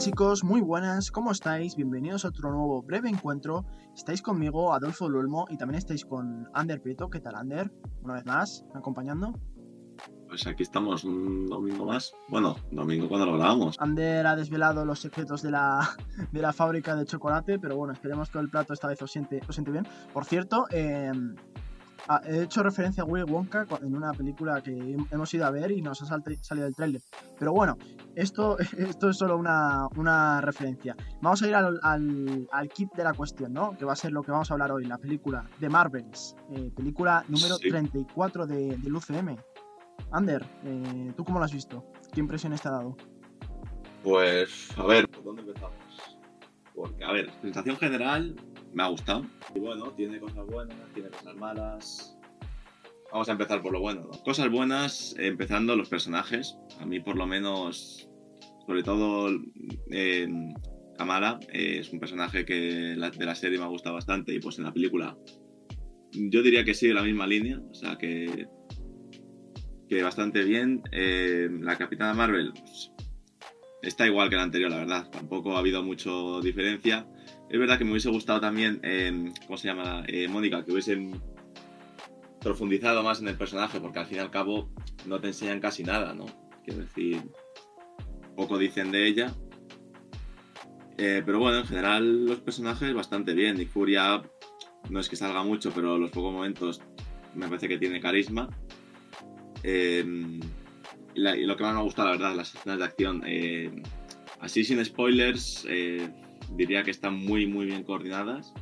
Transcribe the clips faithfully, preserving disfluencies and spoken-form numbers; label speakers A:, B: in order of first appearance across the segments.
A: chicos, muy buenas, ¿cómo estáis? Bienvenidos a otro nuevo breve encuentro. Estáis conmigo, Adolfo Lulmo, y también estáis con Ander Prieto. ¿Qué tal, Ander? Una vez más, acompañando.
B: Pues aquí estamos un domingo más. Bueno, domingo cuando lo grabamos.
A: Ander ha desvelado los secretos de la, de la fábrica de chocolate, pero bueno, esperemos que el plato esta vez os siente, os siente bien. Por cierto, eh, he hecho referencia a Willy Wonka en una película que hemos ido a ver y nos ha salido el tráiler. Pero bueno, esto, esto es solo una, una referencia. Vamos a ir al, al, al kit de la cuestión, ¿no? Que va a ser lo que vamos a hablar hoy, la película de Marvels. Eh, película número sí. treinta y cuatro de, del U C M. Ander, eh, ¿tú cómo lo has visto? ¿Qué impresiones te ha dado?
B: Pues, a ver, ¿por dónde empezamos? Porque, a ver, sensación general, me ha gustado. Y bueno, tiene cosas buenas, tiene cosas malas. Vamos a empezar por lo bueno, ¿no? Cosas buenas, eh, empezando los personajes. A mí, por lo menos, sobre todo, eh, Kamala eh, es un personaje que la, de la serie me ha gustado bastante. Y pues en la película, yo diría que sigue la misma línea. O sea, que, que bastante bien. Eh, la Capitana Marvel pues, está igual que la anterior, la verdad. Tampoco ha habido mucha diferencia. Es verdad que me hubiese gustado también, eh, ¿cómo se llama? Eh, Mónica, que hubiesen profundizado más en el personaje, porque al fin y al cabo no te enseñan casi nada, ¿no? Quiero decir, poco dicen de ella. Eh, pero bueno, en general los personajes bastante bien. Nick Furia no es que salga mucho, pero los pocos momentos me parece que tiene carisma. Eh, y, la, y lo que más me ha gustado, la verdad, las escenas de acción. Eh, así sin spoilers, eh, diría que están muy, muy bien coordinadas.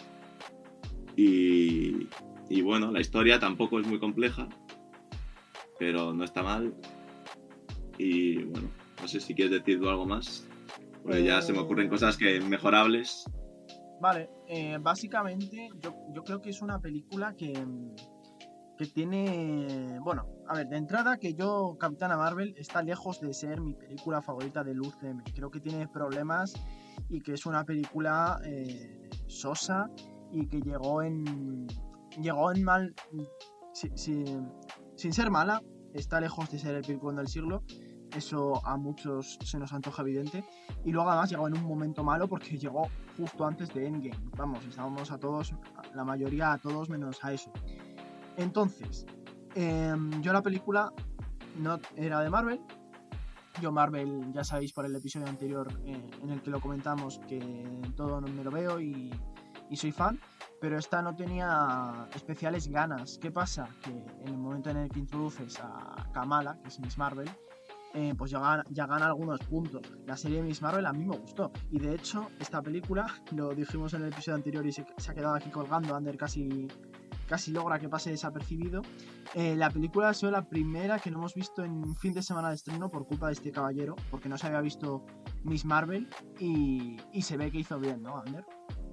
B: Y, y bueno, la historia tampoco es muy compleja, pero no está mal. Y bueno, no sé si quieres decir tú algo más, porque eh... ya se me ocurren cosas que mejorables.
A: Vale, eh, básicamente yo, yo creo que es una película que, que tiene... Bueno, a ver, de entrada que yo, Capitana Marvel, está lejos de ser mi película favorita del U C M. Creo que tiene problemas y que es una película eh, sosa y que llegó en... Llegó en mal... Si, si, sin ser mala, está lejos de ser el película del siglo. Eso a muchos se nos antoja evidente. Y luego además llegó en un momento malo porque llegó justo antes de Endgame. Vamos, estábamos a todos, la mayoría a todos menos a eso. Entonces, eh, yo la película no era de Marvel. Yo Marvel, ya sabéis por el episodio anterior eh, en el que lo comentamos, que todo me lo veo y, y soy fan. Pero esta no tenía especiales ganas. ¿Qué pasa? Que en el momento en el que introduces a Kamala, que es Miss Marvel, eh, pues ya gana, ya gana algunos puntos. La serie de Miss Marvel a mí me gustó. Y de hecho, esta película, lo dijimos en el episodio anterior y se, se ha quedado aquí colgando, Ander casi, casi logra que pase desapercibido. Eh, la película ha sido la primera que no hemos visto en un fin de semana de estreno por culpa de este caballero, porque no se había visto Miss Marvel y, y se ve que hizo bien, ¿no, Ander?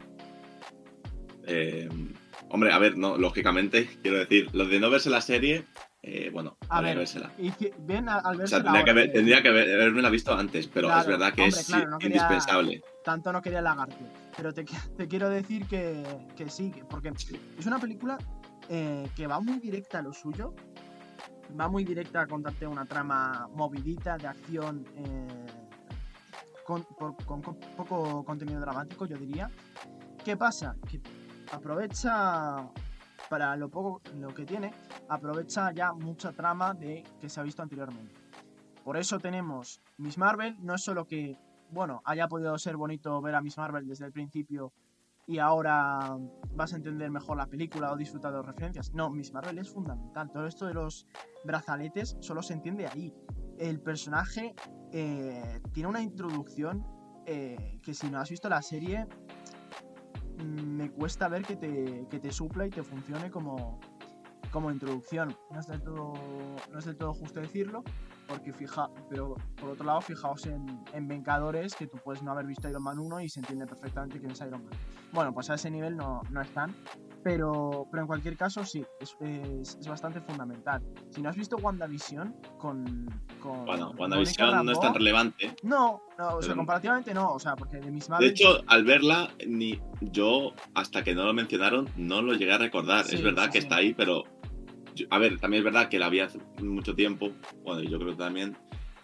B: Eh, hombre, a ver, no, lógicamente, quiero decir, lo de no verse la serie, eh, bueno,
A: a ver,
B: vérsela.
A: Y que, bien al, al
B: o sea, tendría, que, ver, tendría que haber, haberme la visto antes, pero
A: claro,
B: es verdad que
A: hombre,
B: es
A: claro, no quería,
B: indispensable.
A: Tanto no quería lagarte, pero te, te quiero decir que, que sí, porque es una película eh, que va muy directa a lo suyo, va muy directa a contarte una trama movidita de acción eh, con, por, con, con poco contenido dramático, yo diría. ¿Qué pasa? Que aprovecha, para lo poco lo que tiene, aprovecha ya mucha trama de que se ha visto anteriormente. Por eso tenemos Miss Marvel, no es solo que, bueno, haya podido ser bonito ver a Miss Marvel desde el principio y ahora vas a entender mejor la película o disfrutar de las referencias. No, Miss Marvel es fundamental. Todo esto de los brazaletes solo se entiende ahí. El personaje eh, tiene una introducción eh, que si no has visto la serie me cuesta ver que te, que te supla y te funcione como, como introducción. No es del todo, no es del todo justo decirlo, porque fija, pero por otro lado, fijaos en, en Vengadores, que tú puedes no haber visto Iron Man uno y se entiende perfectamente quién es Iron Man. Bueno, pues a ese nivel no, no están, pero, pero en cualquier caso sí, es, es, es bastante fundamental. Si no has visto WandaVision con... con
B: bueno, WandaVision no es tan relevante.
A: No, no, o sea, comparativamente no, o sea, porque de Miss Marvel...
B: De hecho, al verla, ni yo, hasta que no lo mencionaron, no lo llegué a recordar. Sí, es verdad sí, que sí. está ahí, pero... A ver, también es verdad que la vi hace mucho tiempo, bueno, yo creo que también,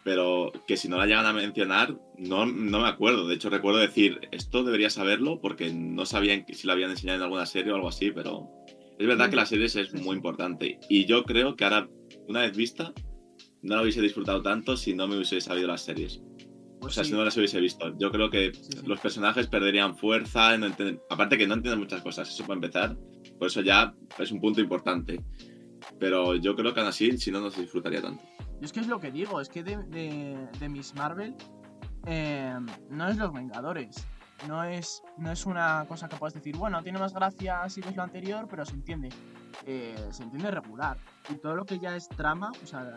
B: pero que si no la llegan a mencionar, no, no me acuerdo. De hecho, recuerdo decir, esto debería saberlo porque no sabían si la habían enseñado en alguna serie o algo así, pero es verdad que la serie es
A: Sí,
B: muy
A: sí.
B: importante. Y yo creo que ahora, una vez vista, no la hubiese disfrutado tanto si no me hubiese sabido las series.
A: Pues
B: O sea,
A: sí,
B: si no las hubiese visto. Yo creo que
A: sí, sí.
B: los personajes perderían fuerza. No entienden- aparte que no entienden muchas cosas, eso para empezar. Por eso ya es un punto importante. Pero yo creo que aún así, si no, no se disfrutaría tanto.
A: Y es que es lo que digo, es que de, de, de Miss Marvel eh, no es los Vengadores. No es, no es una cosa que puedas decir, bueno, tiene más gracia si ves lo anterior, pero se entiende. Eh, se entiende regular. Y todo lo que ya es trama, o sea,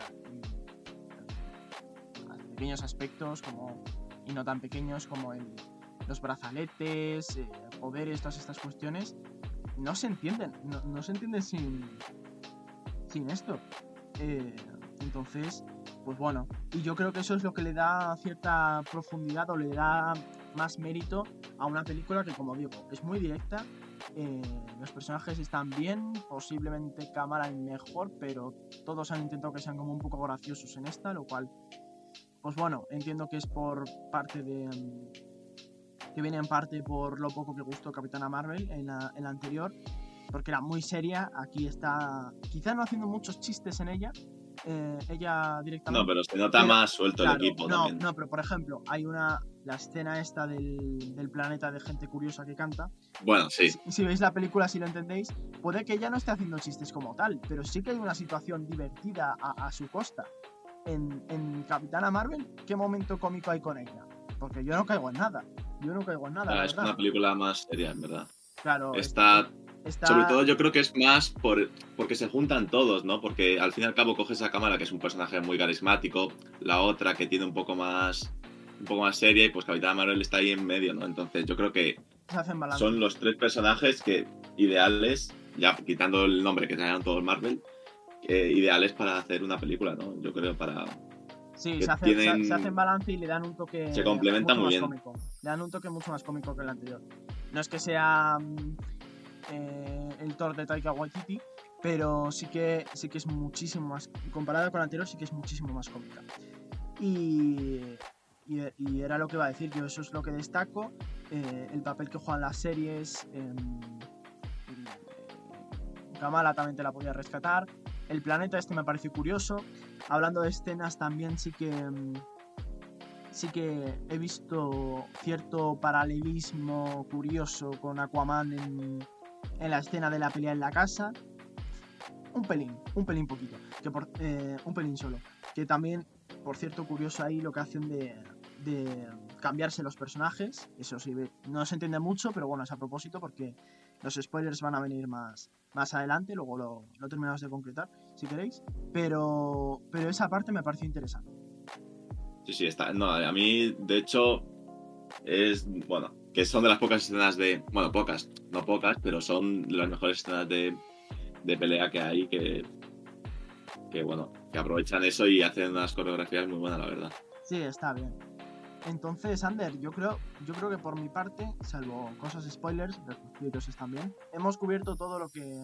A: en pequeños aspectos como y no tan pequeños como el, los brazaletes, eh, poderes, todas estas cuestiones, no se entienden. No, no se entienden sin, sin esto. Eh, entonces, pues bueno, y yo creo que eso es lo que le da cierta profundidad o le da más mérito a una película que, como digo, es muy directa. Eh, los personajes están bien, posiblemente Kamala mejor, pero todos han intentado que sean como un poco graciosos en esta, lo cual, pues bueno, entiendo que es por parte de... que viene en parte por lo poco que gustó Capitana Marvel en la, en la anterior, porque era muy seria. Aquí está, quizá no haciendo muchos chistes en ella, eh, ella directamente.
B: No, pero se nota
A: pero,
B: más suelto
A: claro,
B: el equipo
A: no,
B: también.
A: no, pero por ejemplo, hay una, la escena esta del, del planeta de gente curiosa que canta.
B: Bueno, sí.
A: Si, si veis la película, si lo entendéis, puede que ella no esté haciendo chistes como tal, pero sí que hay una situación divertida a, a su costa. En, en Capitana Marvel, ¿qué momento cómico hay con ella? Porque yo no caigo en nada. Yo no caigo en nada,
B: Ah,
A: la
B: es
A: verdad.
B: una película más seria, en verdad.
A: Claro,
B: Está,
A: está...
B: sobre todo yo creo que es más por, porque se juntan todos, ¿no? Porque al fin y al cabo coges a Kamala, que es un personaje muy carismático, la otra que tiene un poco más un poco más seria, y pues Capitana Marvel está ahí en medio, ¿no? Entonces yo creo que
A: se hacen balance.
B: son los tres personajes que ideales, ya quitando el nombre que traían todos Marvel, eh, ideales para hacer una película, ¿no? Yo creo para...
A: Sí,
B: que
A: se, hace,
B: tienen-
A: se, se hacen balance y le dan un toque
B: Se complementan
A: mucho
B: muy
A: más
B: bien.
A: cómico. Le dan un toque mucho más cómico que el anterior. No es que sea mm, eh, el Thor de Taika Waititi, pero sí que, sí que es muchísimo más, comparado con el anterior, sí que es muchísimo más cómica. Y, y, y era lo que iba a decir, yo eso es lo que destaco, eh, el papel que juegan las series, eh, Kamala también te la podía rescatar, el planeta este me pareció curioso. Hablando de escenas también sí que sí que he visto cierto paralelismo curioso con Aquaman en, en la escena de la pelea en la casa. Un pelín, un pelín poquito, que por, eh, un pelín solo. Que también, por cierto, curioso ahí lo que hacen de, de cambiarse los personajes. Eso sí, no se entiende mucho, pero bueno, es a propósito porque los spoilers van a venir más, más adelante, luego lo, lo terminamos de concretar, si queréis. Pero, pero esa parte me pareció interesante.
B: Sí, sí, está. No, a mí, de hecho, es, bueno, que son de las pocas escenas de... Bueno, pocas, no pocas, pero son de las mejores escenas de, de pelea que hay, que, que, bueno, que aprovechan eso y hacen unas coreografías muy buenas, la verdad.
A: Sí, está bien. Entonces, Ander, yo creo, yo creo que por mi parte, salvo cosas spoilers, los escritos están bien, hemos cubierto todo lo que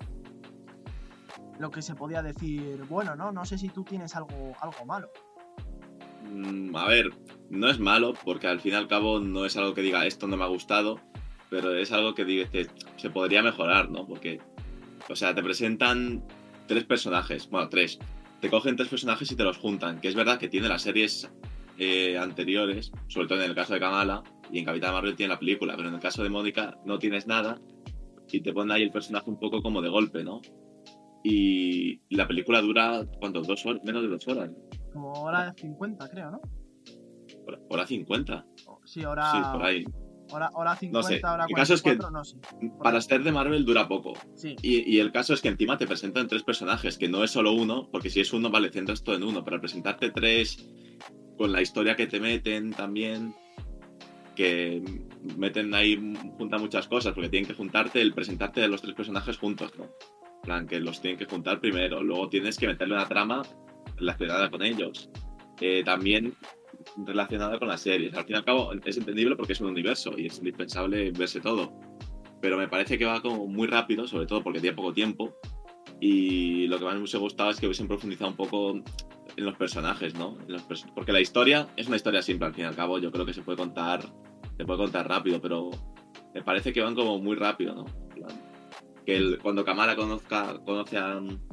A: lo que se podía decir. Bueno, no, no sé si tú tienes algo, algo malo.
B: Mm, a ver, no es malo, porque al fin y al cabo no es algo que diga esto no me ha gustado, pero es algo que diga que se podría mejorar, ¿no? Porque, o sea, te presentan tres personajes, bueno, tres. Te cogen tres personajes y te los juntan, que es verdad que tiene las series eh, anteriores, sobre todo en el caso de Kamala, y en Capitán Marvel tiene la película, pero en el caso de Mónica no tienes nada y te ponen ahí el personaje un poco como de golpe, ¿no? Y la película dura, ¿cuánto? Dos horas, menos de dos horas.
A: Como hora cincuenta, creo, ¿no?
B: Hora, hora cincuenta.
A: Sí, hora,
B: Sí, por ahí.
A: hora, hora cincuenta,
B: No sé.
A: hora
B: El caso es que
A: cuarenta y cuatro, no sé. Por
B: para
A: ahí.
B: ser de Marvel dura poco.
A: Sí,
B: Y, y el caso es que encima te presentan tres personajes, que no es solo uno, porque si es uno, vale, centras todo en uno, pero al presentarte tres, con la historia que te meten también, que meten ahí, juntan muchas cosas, porque tienen que juntarte, el presentarte de los tres personajes juntos, ¿no? En plan, que los tienen que juntar primero, luego tienes que meterle una trama relacionada con ellos. Eh, también relacionada con las series. Al fin y al cabo es entendible porque es un universo y es indispensable verse todo. Pero me parece que va como muy rápido, sobre todo porque tiene poco tiempo. Y lo que más me hubiese gustado es que hubiesen profundizado un poco en los personajes, ¿no? En los pers- porque la historia es una historia simple, al fin y al cabo. Yo creo que se puede contar, se puede contar rápido, pero me parece que van como muy rápido, ¿no? En plan, que el- cuando Kamala conozca, conoce a,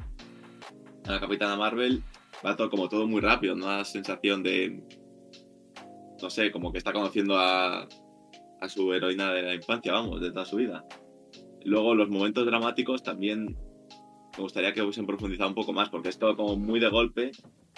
B: a la Capitana Marvel, va todo como todo muy rápido, ¿no? La sensación de, no sé, como que está conociendo a, a su heroína de la infancia, vamos, de toda su vida. Luego los momentos dramáticos también me gustaría que hubiesen profundizado un poco más, porque es todo como muy de golpe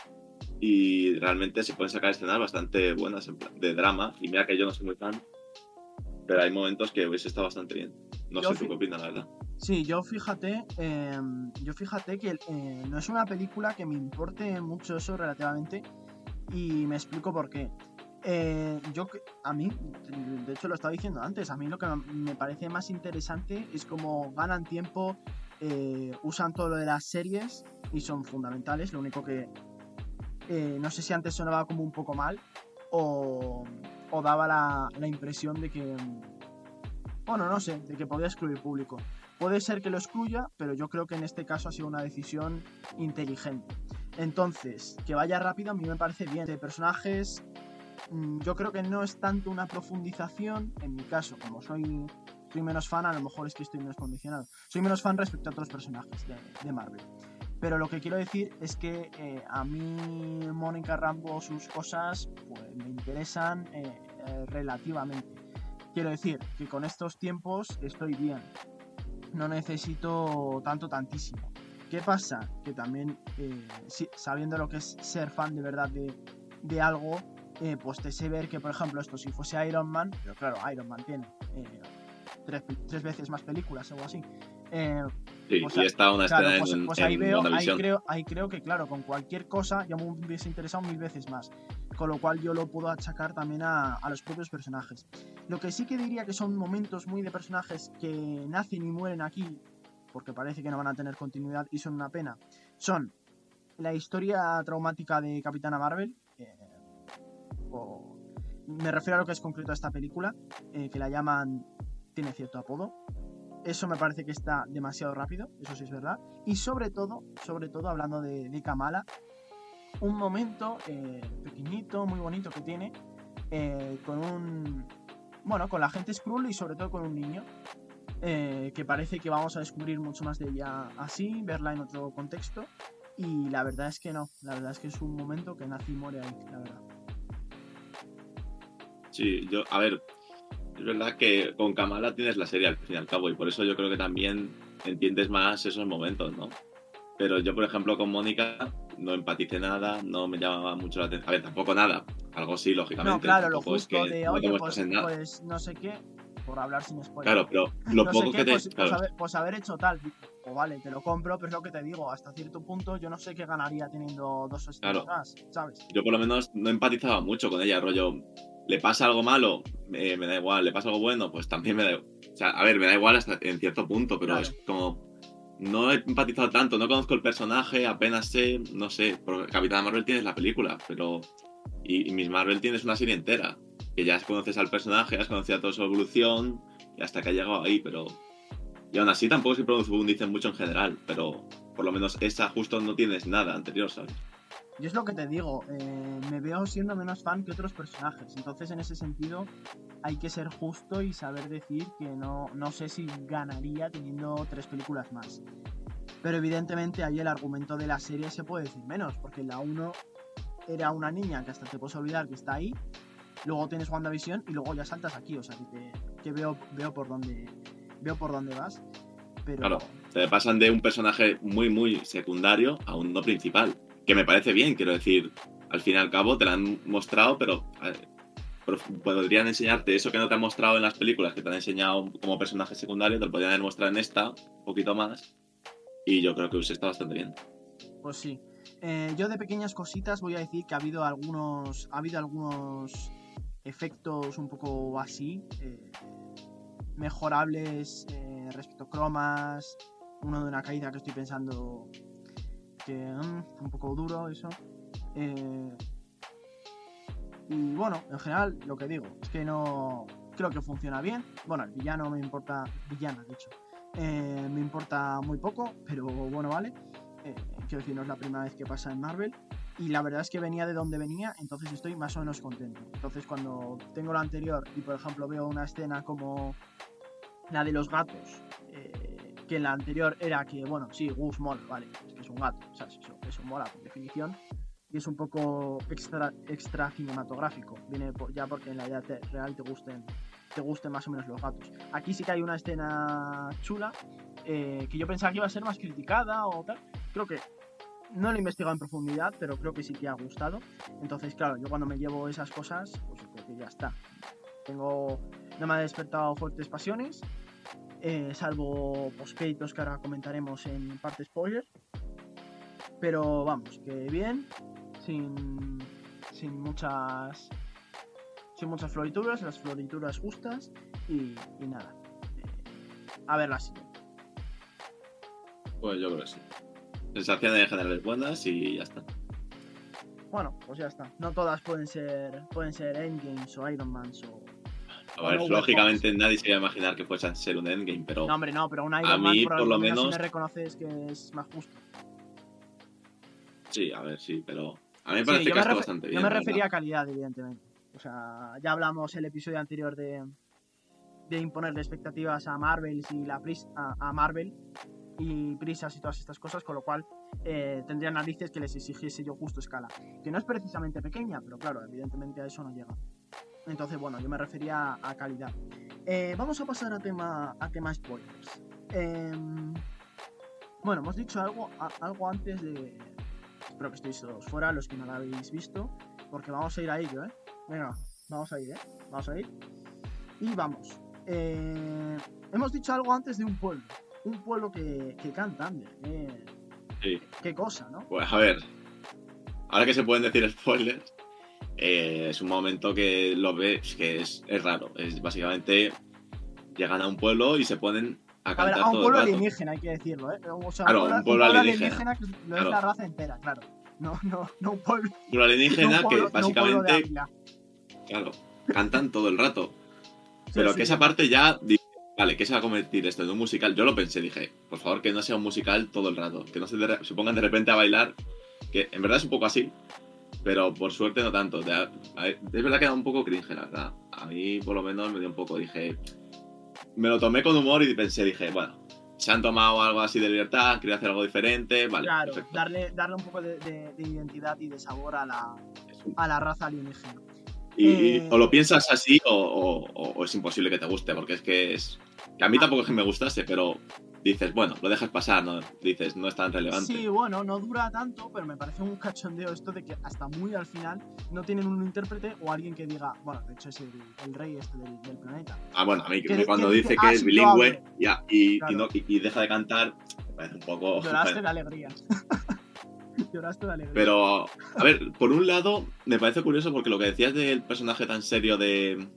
B: y realmente se pueden sacar escenas bastante buenas en plan de drama. Y mira que yo no soy muy fan, pero hay momentos que hubiese estado bastante bien. No
A: Yo
B: sé tú
A: fi-
B: qué opinas, la verdad.
A: Sí, yo fíjate, eh, yo fíjate que eh, no es una película que me importe mucho eso relativamente, y me explico por qué. Eh, yo, que- a mí, de hecho lo estaba diciendo antes, a mí lo que me parece más interesante es cómo ganan tiempo, eh, usan todo lo de las series y son fundamentales. Lo único que eh, no sé si antes sonaba como un poco mal o, o daba la, la impresión de que, bueno, no sé, de que podía excluir público. Puede ser que lo excluya, pero yo creo que en este caso ha sido una decisión inteligente. Entonces, que vaya rápido a mí me parece bien. De personajes, mm, yo creo que no es tanto una profundización. En mi caso, como soy, soy menos fan, a lo mejor es que estoy menos condicionado. Soy menos fan respecto a otros personajes de, de Marvel. Pero lo que quiero decir es que eh, a mí Mónica Rambeau, sus cosas, pues me interesan eh, eh, relativamente. Quiero decir que con estos tiempos estoy bien. No necesito tanto, tantísimo. ¿Qué pasa? Que también, eh, si, sabiendo lo que es ser fan de verdad de, de algo, eh, pues te sé ver que, por ejemplo, esto si fuese Iron Man, pero claro, Iron Man tiene eh, tres, tres veces más películas o algo así. Eh,
B: Sí,
A: pues,
B: y está una
A: claro,
B: escena
A: pues,
B: en,
A: pues ahí
B: en
A: veo, ahí
B: WandaVision.
A: creo, ahí creo que claro, con cualquier cosa ya me hubiese interesado mil veces más. Con lo cual yo lo puedo achacar también a, a los propios personajes. Lo que sí que diría que son momentos muy de personajes que nacen y mueren aquí, porque parece que no van a tener continuidad y son una pena, son la historia traumática de Capitana Marvel, eh, o, me refiero a lo que es concreto a esta película, eh, que la llaman, tiene cierto apodo. Eso me parece que está demasiado rápido, eso sí es verdad. Y sobre todo, sobre todo hablando de, de Kamala, un momento eh, pequeñito, muy bonito que tiene, eh, con un, bueno, con la gente Skrull y sobre todo con un niño, eh, que parece que vamos a descubrir mucho más de ella así, verla en otro contexto. Y la verdad es que no, la verdad es que es un momento que nace y muere ahí, la verdad.
B: Sí, yo, a ver, es verdad que con Kamala tienes la serie al fin y al cabo, y por eso yo creo que también entiendes más esos momentos, ¿no? Pero yo, por ejemplo, con Mónica no empaticé nada, no me llamaba mucho la atención. A ver, tampoco nada, algo sí,
A: No,
B: lógicamente,
A: claro, lo
B: tampoco es
A: justo
B: que
A: de,
B: no te
A: oye,
B: muestras
A: pues,
B: en nada.
A: pues no sé qué, por hablar sin spoiler.
B: Claro, pero lo
A: No sé
B: poco
A: qué,
B: que te...
A: pues, pues,
B: Claro,
A: haber, pues haber hecho tal. O vale, te lo compro, pero es lo que te digo, hasta cierto punto yo no sé qué ganaría teniendo dos escenas
B: claro,
A: más, ¿sabes?
B: yo por lo menos no empatizaba mucho con ella, rollo, le pasa algo malo, me, me da igual, le pasa algo bueno, pues también me da igual. O sea, a ver, me da igual hasta en cierto punto, pero
A: Claro.
B: es como... No he empatizado tanto, no conozco el personaje, apenas sé, no sé, porque Capitana Marvel tienes la película, pero... Y, y Miss Marvel tienes una serie entera, que ya conoces al personaje, has conocido toda su evolución, y hasta que ha llegado ahí, pero... Y aún así tampoco se profundicen mucho en general, pero por lo menos esa justo no tienes nada anterior, ¿sabes?
A: Y es lo que te digo, eh, me veo siendo menos fan que otros personajes. Entonces, en ese sentido, hay que ser justo y saber decir que no, no sé si ganaría teniendo tres películas más. Pero evidentemente ahí el argumento de la serie se puede decir menos, porque la uno era una niña que hasta te puedes olvidar que está ahí, luego tienes WandaVision y luego ya saltas aquí, o sea que, te, que veo, veo por dónde veo por dónde vas, pero
B: Claro, te pasan de un personaje muy, muy secundario a un no principal, que me parece bien, quiero decir, al fin y al cabo te lo han mostrado, pero a ver, prof- podrían enseñarte eso que no te han mostrado en las películas, que te han enseñado como personaje secundario, te lo podrían haber mostrado en esta, un poquito más, y yo creo que usted está bastante bien.
A: pues sí. Eh, yo de pequeñas cositas voy a decir que ha habido algunos, ha habido algunos efectos un poco así, eh, mejorables eh, respecto a cromas, uno de una caída que estoy pensando que mm, un poco duro eso. Eh, y bueno, en general lo que digo es que no creo que funciona bien. Bueno, el villano me importa, villana de hecho, eh, me importa muy poco, pero bueno, vale. Eh, quiero decir, no es la primera vez que pasa en Marvel. y la verdad es que venía de donde venía, entonces estoy más o menos contento. Entonces cuando tengo lo anterior y por ejemplo veo una escena como la de los gatos, eh, que en la anterior era que, bueno, sí, Gus mola, vale, es que es un gato, o sea, eso, eso mola por definición, y es un poco extra, extra cinematográfico, viene por, ya porque en la vida te, real te gusten, te gusten más o menos los gatos. Aquí sí que hay una escena chula, eh, que yo pensaba que iba a ser más criticada o tal, creo que no lo he investigado en profundidad, pero creo que sí que ha gustado. Entonces, claro, yo cuando me llevo esas cosas, pues creo que ya está. Tengo, no me ha despertado fuertes pasiones, eh, salvo postcréditos que ahora comentaremos en parte spoiler. Pero vamos, que bien, sin, sin muchas sin muchas florituras, las florituras justas y, y nada. Eh, a ver la siguiente.
B: Pues yo creo que sí. Sensaciones generales buenas y ya está.
A: Bueno, pues ya está. No todas pueden ser pueden ser Endgames o Iron Mans o...
B: A ver,
A: no,
B: lógicamente nadie se iba a imaginar que fuese a ser un Endgame, pero...
A: No, hombre, no, pero un Iron
B: a
A: Man
B: mí,
A: por,
B: por lo
A: menos,
B: menos...
A: si me reconoces que es más justo.
B: Sí, a ver, sí, pero... A mí me
A: Sí,
B: parece
A: yo
B: que
A: me
B: está
A: refer-
B: bastante
A: Yo
B: bien,
A: me
B: la
A: refería a
B: verdad.
A: calidad, evidentemente. O sea, ya hablamos el episodio anterior de, de imponerle expectativas a Marvel y la pris- a, a Marvel y prisas y todas estas cosas, con lo cual eh, tendría narices que les exigiese yo justo escala. Que no es precisamente pequeña, pero claro, evidentemente a eso no llega. Entonces, bueno, yo me refería a, a calidad. Eh, vamos a pasar a tema, a tema spoilers. Eh, bueno, hemos dicho algo, a, algo antes de... Espero que estéis todos fuera, los que no lo habéis visto, porque vamos a ir a ello, ¿eh? Venga, vamos a ir, ¿eh? Vamos a ir. Y vamos. Eh, hemos dicho algo antes de un pueblo. Un pueblo que, que canta, Ander. Eh,
B: Sí.
A: Qué cosa, ¿no?
B: Pues a ver, ahora que se pueden decir spoilers, eh, es un momento que lo ves que es, es raro. Es básicamente llegan a un pueblo y se ponen a
A: A ver,
B: cantar
A: a un
B: todo
A: pueblo
B: el rato.
A: alienígena, hay que decirlo, ¿eh? O sea,
B: Claro,
A: un pueblo,
B: un pueblo
A: un pueblo
B: alienígena.
A: alienígena que lo
B: Claro.
A: es la raza entera, claro. No, no, no un pueblo,
B: Un pueblo alienígena
A: no un pueblo,
B: que
A: no un pueblo de
B: básicamente,
A: Ávila.
B: claro, cantan todo el rato.
A: Sí,
B: Pero
A: sí,
B: que esa
A: no.
B: parte ya dije, vale, ¿qué se va a convertir esto en un musical? Yo lo pensé, dije, por favor, que no sea un musical todo el rato, que no se, de, se pongan de repente a bailar, que en verdad es un poco así, pero por suerte no tanto. De, a, a, es verdad que da un poco cringe, la verdad. A mí, por lo menos, me dio un poco, dije, me lo tomé con humor y pensé, dije, bueno, se han tomado algo así de libertad, quería hacer algo diferente, vale,
A: Claro,
B: perfecto.
A: darle, darle un poco de, de, de identidad y de sabor a la, a la raza alienígena.
B: Y,
A: Eh,
B: y o lo piensas así o, o, o, o es imposible que te guste, porque es que es... Que a mí tampoco es que me gustase, pero dices, bueno, lo dejas pasar, ¿no? Dices, no es tan relevante.
A: Sí, bueno, no dura tanto, pero me parece un cachondeo esto de que hasta muy al final no tienen un intérprete o alguien que diga, bueno, de hecho es el, el rey este del, del planeta.
B: Ah, bueno, a mí
A: Que,
B: cuando
A: que
B: dice
A: dice,
B: que
A: ah,
B: es
A: sí, yo hablo.
B: bilingüe ya, y,
A: Claro.
B: y, no, y, y deja de cantar, me parece un poco...
A: Lloraste
B: bueno.
A: de alegría. Lloraste de alegría.
B: Pero, a ver, por un lado, me parece curioso porque lo que decías del personaje tan serio de...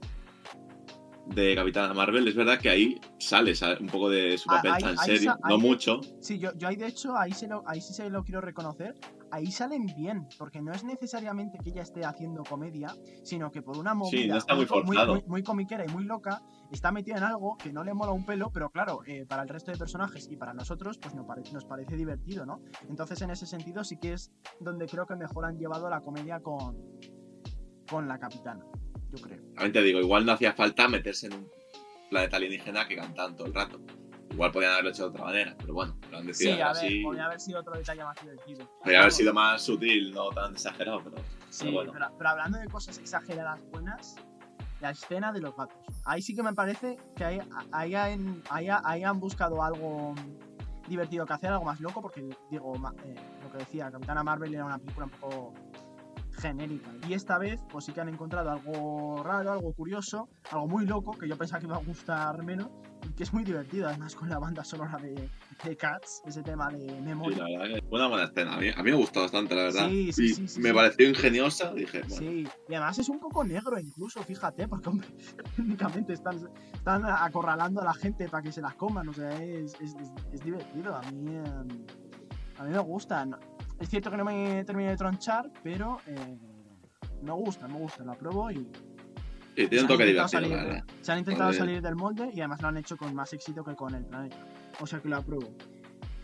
B: de Capitana Marvel, es verdad que ahí sale, sale un poco de su papel
A: Ahí-
B: tan
A: ahí
B: serio,
A: sa-
B: no
A: ahí-
B: mucho.
A: Sí, yo, yo ahí de hecho, ahí, se lo, ahí sí se lo quiero reconocer, ahí salen bien, porque no es necesariamente que ella esté haciendo comedia, sino que por una movida
B: Sí, no está muy
A: co- muy,
B: forzado.
A: muy, muy comiquera y muy loca, está metida en algo que no le mola un pelo, pero claro, eh, para el resto de personajes y para nosotros, pues nos, pare- nos parece divertido, ¿no? Entonces en ese sentido sí que es donde creo que mejor han llevado la comedia con, con la capitana, yo creo.
B: También te digo, igual no hacía falta meterse en un planeta alienígena que cantan todo el rato. Igual podían haberlo hecho de otra manera, pero bueno, lo han
A: Sí,
B: decidido
A: a ver,
B: así.
A: podría haber sido otro detalle más divertido.
B: Podría haber
A: Vamos.
B: sido más sutil, no tan exagerado, pero,
A: Sí,
B: pero bueno.
A: pero, pero hablando de cosas exageradas buenas, la escena de los gatos. Ahí sí que me parece que ahí, ahí, han, ahí, ahí han buscado algo divertido que hacer, algo más loco, porque digo, ma- eh, lo que decía, Capitana Marvel era una película un poco genérica. Y esta vez, pues sí que han encontrado algo raro, algo curioso, algo muy loco, que yo pensaba que iba a gustar menos, y que es muy divertido, además con la banda sonora de, de Cats, ese tema de
B: Sí,
A: Memory.
B: la verdad que fue una buena escena. A mí, a mí me gustó bastante, la verdad.
A: Sí, sí,
B: y
A: sí, sí,
B: me
A: sí.
B: pareció ingeniosa. Dije, bueno,
A: Sí, y además es un poco negro incluso, fíjate, porque hombre, técnicamente están, están acorralando a la gente para que se las coman, o sea, es, es, es, es divertido, a mí, eh, a mí me gusta. No- es cierto que no me terminé de tronchar, pero eh, me gusta, me gusta, lo apruebo y
B: sí,
A: se
B: tiene un
A: han
B: toque
A: intentado,
B: divertido,
A: salir,
B: la
A: de-
B: verdad.
A: se han intentado
B: Joder.
A: salir del molde y además lo han hecho con más éxito que con el planeta, o sea que lo apruebo.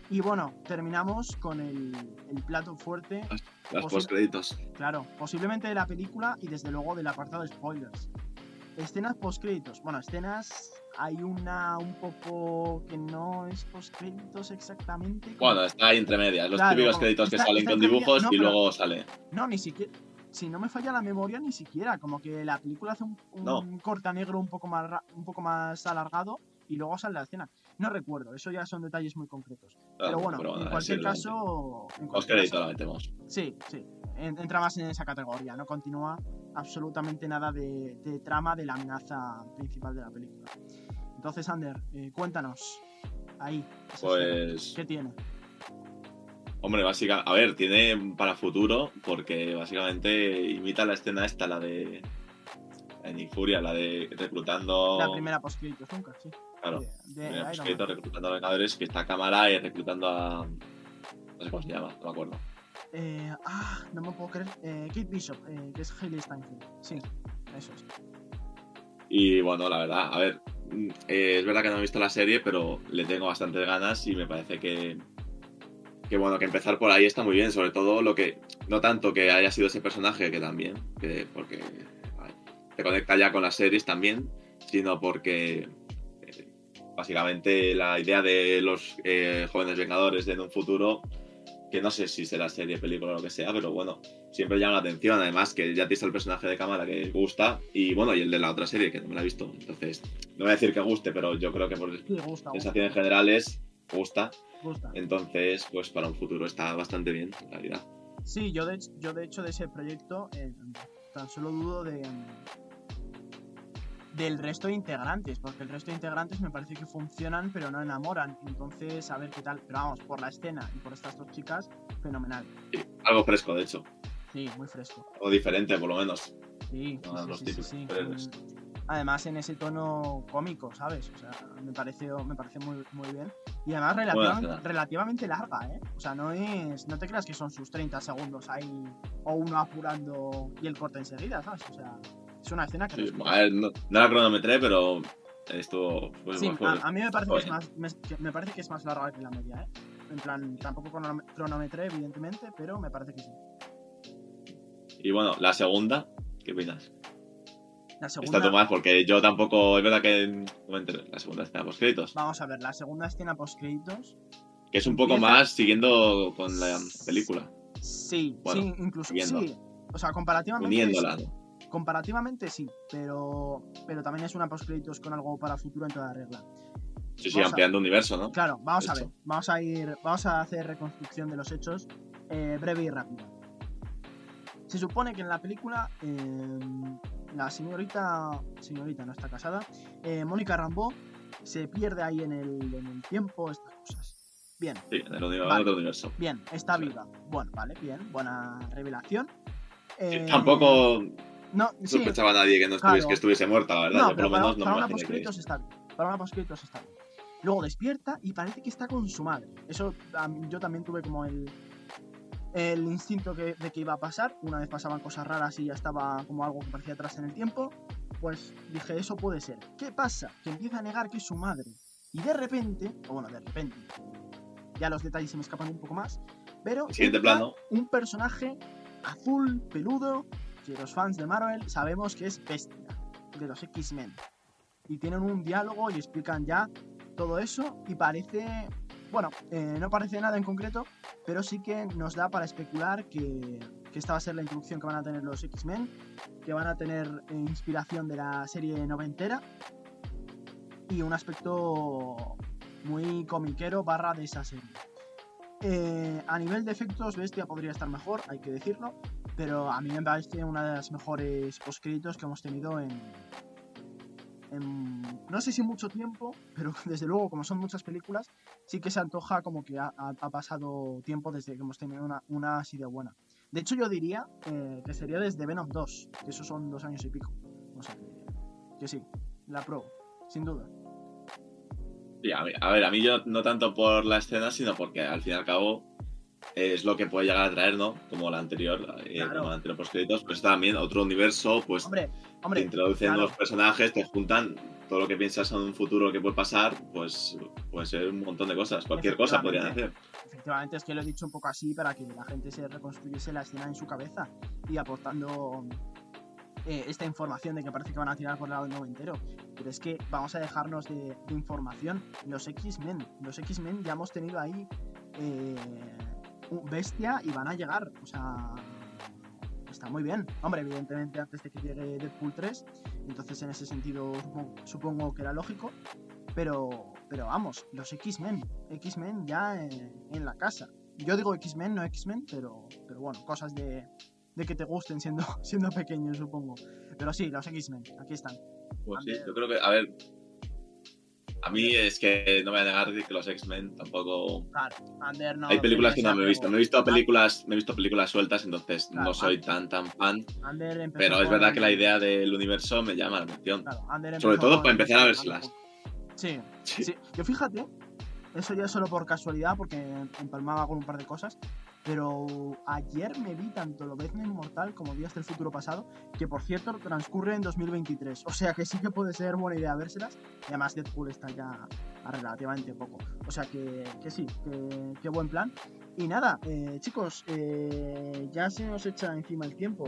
A: Y bueno, terminamos con el, el plato fuerte.
B: Las, las
A: Posi-
B: postcréditos.
A: Claro, posiblemente de la película y desde luego del apartado de spoilers. Escenas postcréditos. Bueno, escenas. Hay una un poco que no es postcréditos exactamente. como-
B: Bueno, está ahí entre medias. Los
A: Claro,
B: típicos
A: como-
B: créditos que
A: está-
B: salen
A: está
B: con
A: entre medias-
B: dibujos
A: no,
B: y
A: pero-
B: luego sale.
A: No, ni siquiera. Si no me falla la memoria, ni siquiera. Como que la película hace un, un
B: No.
A: corta negro un poco más ra- un poco más alargado y luego sale la escena. No recuerdo, eso ya son detalles muy concretos. Pero bueno, en
B: es
A: cualquier
B: irrelevante.
A: caso. En
B: Los
A: cualquier
B: créditos
A: caso-
B: la metemos.
A: Sí, sí. en- Entra más en esa categoría. No continúa absolutamente nada de, de trama de la amenaza principal de la película. Entonces, Ander, eh, cuéntanos. Ahí. esa escena.
B: Pues.
A: ¿Qué tiene?
B: Hombre, básicamente. A ver, tiene para futuro, porque básicamente imita la escena esta, la de. En Nick Furia, la de reclutando.
A: La primera postcréditos nunca, sí.
B: Claro.
A: De, de
B: Mira,
A: Iron
B: pues, escrito,
A: Man.
B: reclutando a Vengadores, que está a cámara y reclutando a. No sé cómo se llama, no me acuerdo.
A: Eh, ah, no me puedo creer. Eh, Kate Bishop, eh, que es Hailey Steinfeld. Sí, eso es.
B: Y bueno, la verdad, a ver, mm, eh, es verdad que no he visto la serie, pero le tengo bastantes ganas y me parece que, que bueno, que empezar por ahí está muy bien, sobre todo lo que, no tanto que haya sido ese personaje, que también, que, porque ay, te conecta ya con las series también, sino porque eh, básicamente la idea de los eh, jóvenes Vengadores en un futuro, que no sé si será serie, película o lo que sea, pero bueno, siempre llama la atención, además que ya tienes el personaje de cámara que gusta y bueno, y el de la otra serie que no me la he visto, entonces no voy a decir que guste, pero yo creo que por
A: Sí, gusta, gusta.
B: sensaciones generales gusta,
A: gusta.
B: entonces pues para un futuro está bastante bien, en realidad.
A: Sí, yo de, hecho- yo de hecho de ese proyecto eh, tan solo dudo de del resto de integrantes, porque el resto de integrantes me parece que funcionan pero no enamoran, entonces a ver qué tal, pero vamos, por la escena y por estas dos chicas, fenomenal,
B: Sí, algo fresco, de hecho,
A: sí, muy fresco,
B: o diferente por lo menos.
A: sí,
B: No,
A: sí,
B: los
A: sí, sí,
B: típicos
A: sí,
B: superhéroes.
A: mm, además en ese tono cómico, ¿sabes? O sea, me parece, me parece muy, muy bien, y además relativamente,
B: escena.
A: relativamente larga, ¿eh? O sea, no es, no te creas que son sus treinta segundos ahí, o uno apurando y el corte enseguida, ¿sabes? O sea, es una escena que...
B: Sí,
A: respira.
B: a ver, no, no la cronometré, pero estuvo... Pues,
A: Sí,
B: fue-
A: a, a mí me parece, que es
B: fue
A: más, me, que me parece que es más larga que la media, ¿eh? En plan, tampoco cronom- cronometré, evidentemente, pero me parece que sí.
B: Y bueno, la segunda, ¿qué opinas?
A: La
B: Está
A: segunda,
B: tú más, porque yo tampoco, es verdad que no me enteré. La segunda está los créditos,
A: vamos a ver, la segunda escena post-créditos,
B: que es un poco
A: empieza-
B: más siguiendo con la película,
A: sí,
B: Bueno,
A: sí, incluso,
B: siguiendo.
A: sí. O sea, comparativamente,
B: uniéndola, ¿no?
A: comparativamente sí, pero, pero también es una post-créditos con algo para futuro en toda regla.
B: Sí, sí,
A: Vamos a-
B: ampliando universo, ¿no?
A: Claro, vamos a
B: Hecho.
A: ver, vamos a ir, vamos a hacer reconstrucción de los hechos eh, breve y rápida. Se supone que en la película eh, la señorita, señorita no está casada, eh, Mónica Rambeau se pierde ahí en el, en el tiempo, estas cosas. Bien,
B: Sí, en el universo,
A: Vale.
B: en otro universo.
A: bien, está
B: Sí.
A: viva. Bueno, vale, bien, buena revelación.
B: Sí,
A: Eh,
B: tampoco
A: no, sí,
B: sospechaba nadie que, no estuviese,
A: claro.
B: que estuviese muerta, la verdad.
A: no,
B: yo por
A: pero
B: lo
A: para,
B: menos no
A: para
B: me
A: una
B: imaginé que...
A: postcréditos está bien. Para una postcréditos está bien. Luego despierta y parece que está con su madre. Eso a mí- yo también tuve como el, el instinto que, de que iba a pasar. Una vez pasaban cosas raras y ya estaba como algo que parecía atrás en el tiempo. Pues dije, eso puede ser. ¿Qué pasa? Que empieza a negar que es su madre. Y de repente, o bueno, de repente, ya los detalles se me escapan un poco más, pero
B: El siguiente
A: entra
B: plano.
A: un personaje azul, peludo, que los fans de Marvel sabemos que es Bestia, de los X-Men. Y tienen un diálogo y explican ya todo eso y parece, bueno, eh, no parece nada en concreto, pero sí que nos da para especular que, que esta va a ser la introducción que van a tener los X-Men, que van a tener eh, inspiración de la serie noventera y un aspecto muy comiquero barra de esa serie. Eh, a nivel de efectos, Bestia podría estar mejor, hay que decirlo, pero a mí me parece una de las mejores postcréditos que hemos tenido en, en no sé si mucho tiempo, pero desde luego, como son muchas películas, sí que se antoja como que ha, ha- ha pasado tiempo desde que hemos tenido una, una así de buena. De hecho, yo diría eh, que sería desde Venom dos, que esos son dos años y pico. O sea, que, que sí, la pruebo, sin duda.
B: Sí, a, mí- a ver, a mí yo no tanto por la escena, sino porque al fin y al cabo es lo que puede llegar a traer, ¿no? Como la anterior, eh,
A: Claro.
B: como la anterior postcréditos, pues está también otro universo, pues
A: Hombre,
B: te
A: hombre,
B: introducen
A: claro.
B: nuevos personajes, te juntan todo lo que piensas en un futuro que puede pasar, pues puede ser un montón de cosas. Cualquier cosa podrían hacer.
A: Efectivamente, es que lo he dicho un poco así para que la gente se reconstruyese la escena en su cabeza y aportando eh, esta información de que parece que van a tirar por el lado noventero. Pero es que vamos a dejarnos de, de información. Los X-Men, los X-Men ya hemos tenido ahí eh, un bestia y van a llegar. O sea, está muy bien. Hombre, evidentemente antes de que llegue Deadpool tres, entonces en ese sentido supongo, supongo que era lógico. Pero, pero vamos, los X-Men, X-Men ya en, en la casa. Yo digo X-Men, no X-Men, pero, pero bueno, cosas de, de que te gusten siendo, siendo pequeño, supongo. Pero sí, los X-Men, aquí están.
B: Pues sí, yo creo que, a ver, a mí es que no me voy a negar que los X-Men tampoco...
A: Claro, Ander no...
B: Hay películas que no me he visto, me he visto películas, me he visto películas sueltas, entonces claro, no soy tan tan fan. Pero es verdad que la idea del universo me llama la atención. Claro, sobre todo para empezar a verlas.
A: Sí, sí, sí. Yo fíjate, eso ya solo por casualidad, porque empalmaba con un par de cosas, pero ayer me vi tanto Lobezno Inmortal como Días del Futuro Pasado, que por cierto transcurre en dos mil veintitrés, o sea que sí que puede ser buena idea vérselas, y además Deadpool está ya a relativamente poco, o sea que, que sí, que, que buen plan. Y nada, eh, chicos, eh, ya se nos echa encima el tiempo,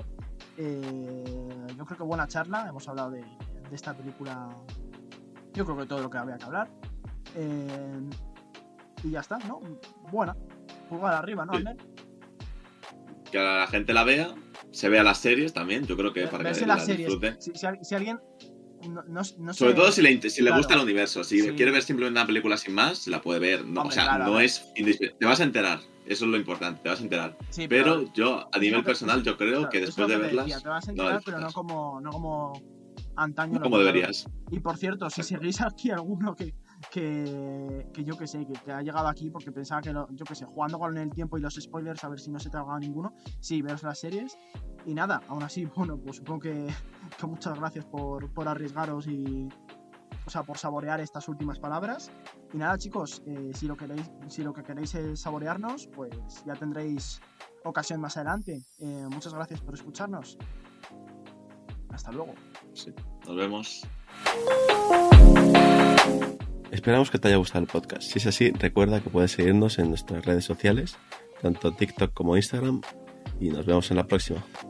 A: eh, yo creo que buena charla, hemos hablado de, de esta película. Yo creo que todo lo que había que hablar. Eh, y ya está, ¿no? Buena. Pulgar arriba, ¿no, Ander?
B: Que la gente la vea, se vea las series también, yo creo que para
A: Verse
B: que
A: las
B: la
A: series.
B: disfruten.
A: Si, si, si alguien... No, no, no
B: Sobre
A: sé,
B: todo si le, si le
A: claro,
B: gusta el universo. Si
A: sí.
B: quiere ver simplemente una película sin más, se la puede ver. No,
A: Hombre,
B: o sea,
A: claro,
B: no es... Te vas a enterar. Eso es lo importante, te vas a enterar.
A: Sí,
B: pero,
A: pero
B: yo, a nivel
A: que,
B: personal, yo creo
A: claro,
B: que después de
A: que
B: verlas...
A: decía, te vas a enterar, no pero no como... No como... antaño
B: no como deberías.
A: Y por cierto, si seguís aquí alguno que, que, que yo que sé, que, que ha llegado aquí porque pensaba que, lo, yo que sé, jugando con el tiempo y los spoilers, a ver si no se te ha ahogado ninguno, sí, veros las series. Y nada, aún así, bueno, pues supongo que, que muchas gracias por, por arriesgaros y, o sea, por saborear estas últimas palabras. Y nada, chicos, eh, si, lo queréis, si lo que queréis es saborearnos, pues ya tendréis ocasión más adelante. Eh, muchas gracias por escucharnos. Hasta luego.
B: Sí, nos vemos.
C: Esperamos que te haya gustado el podcast. Si es así, recuerda que puedes seguirnos en nuestras redes sociales, tanto TikTok como Instagram, y nos vemos en la próxima.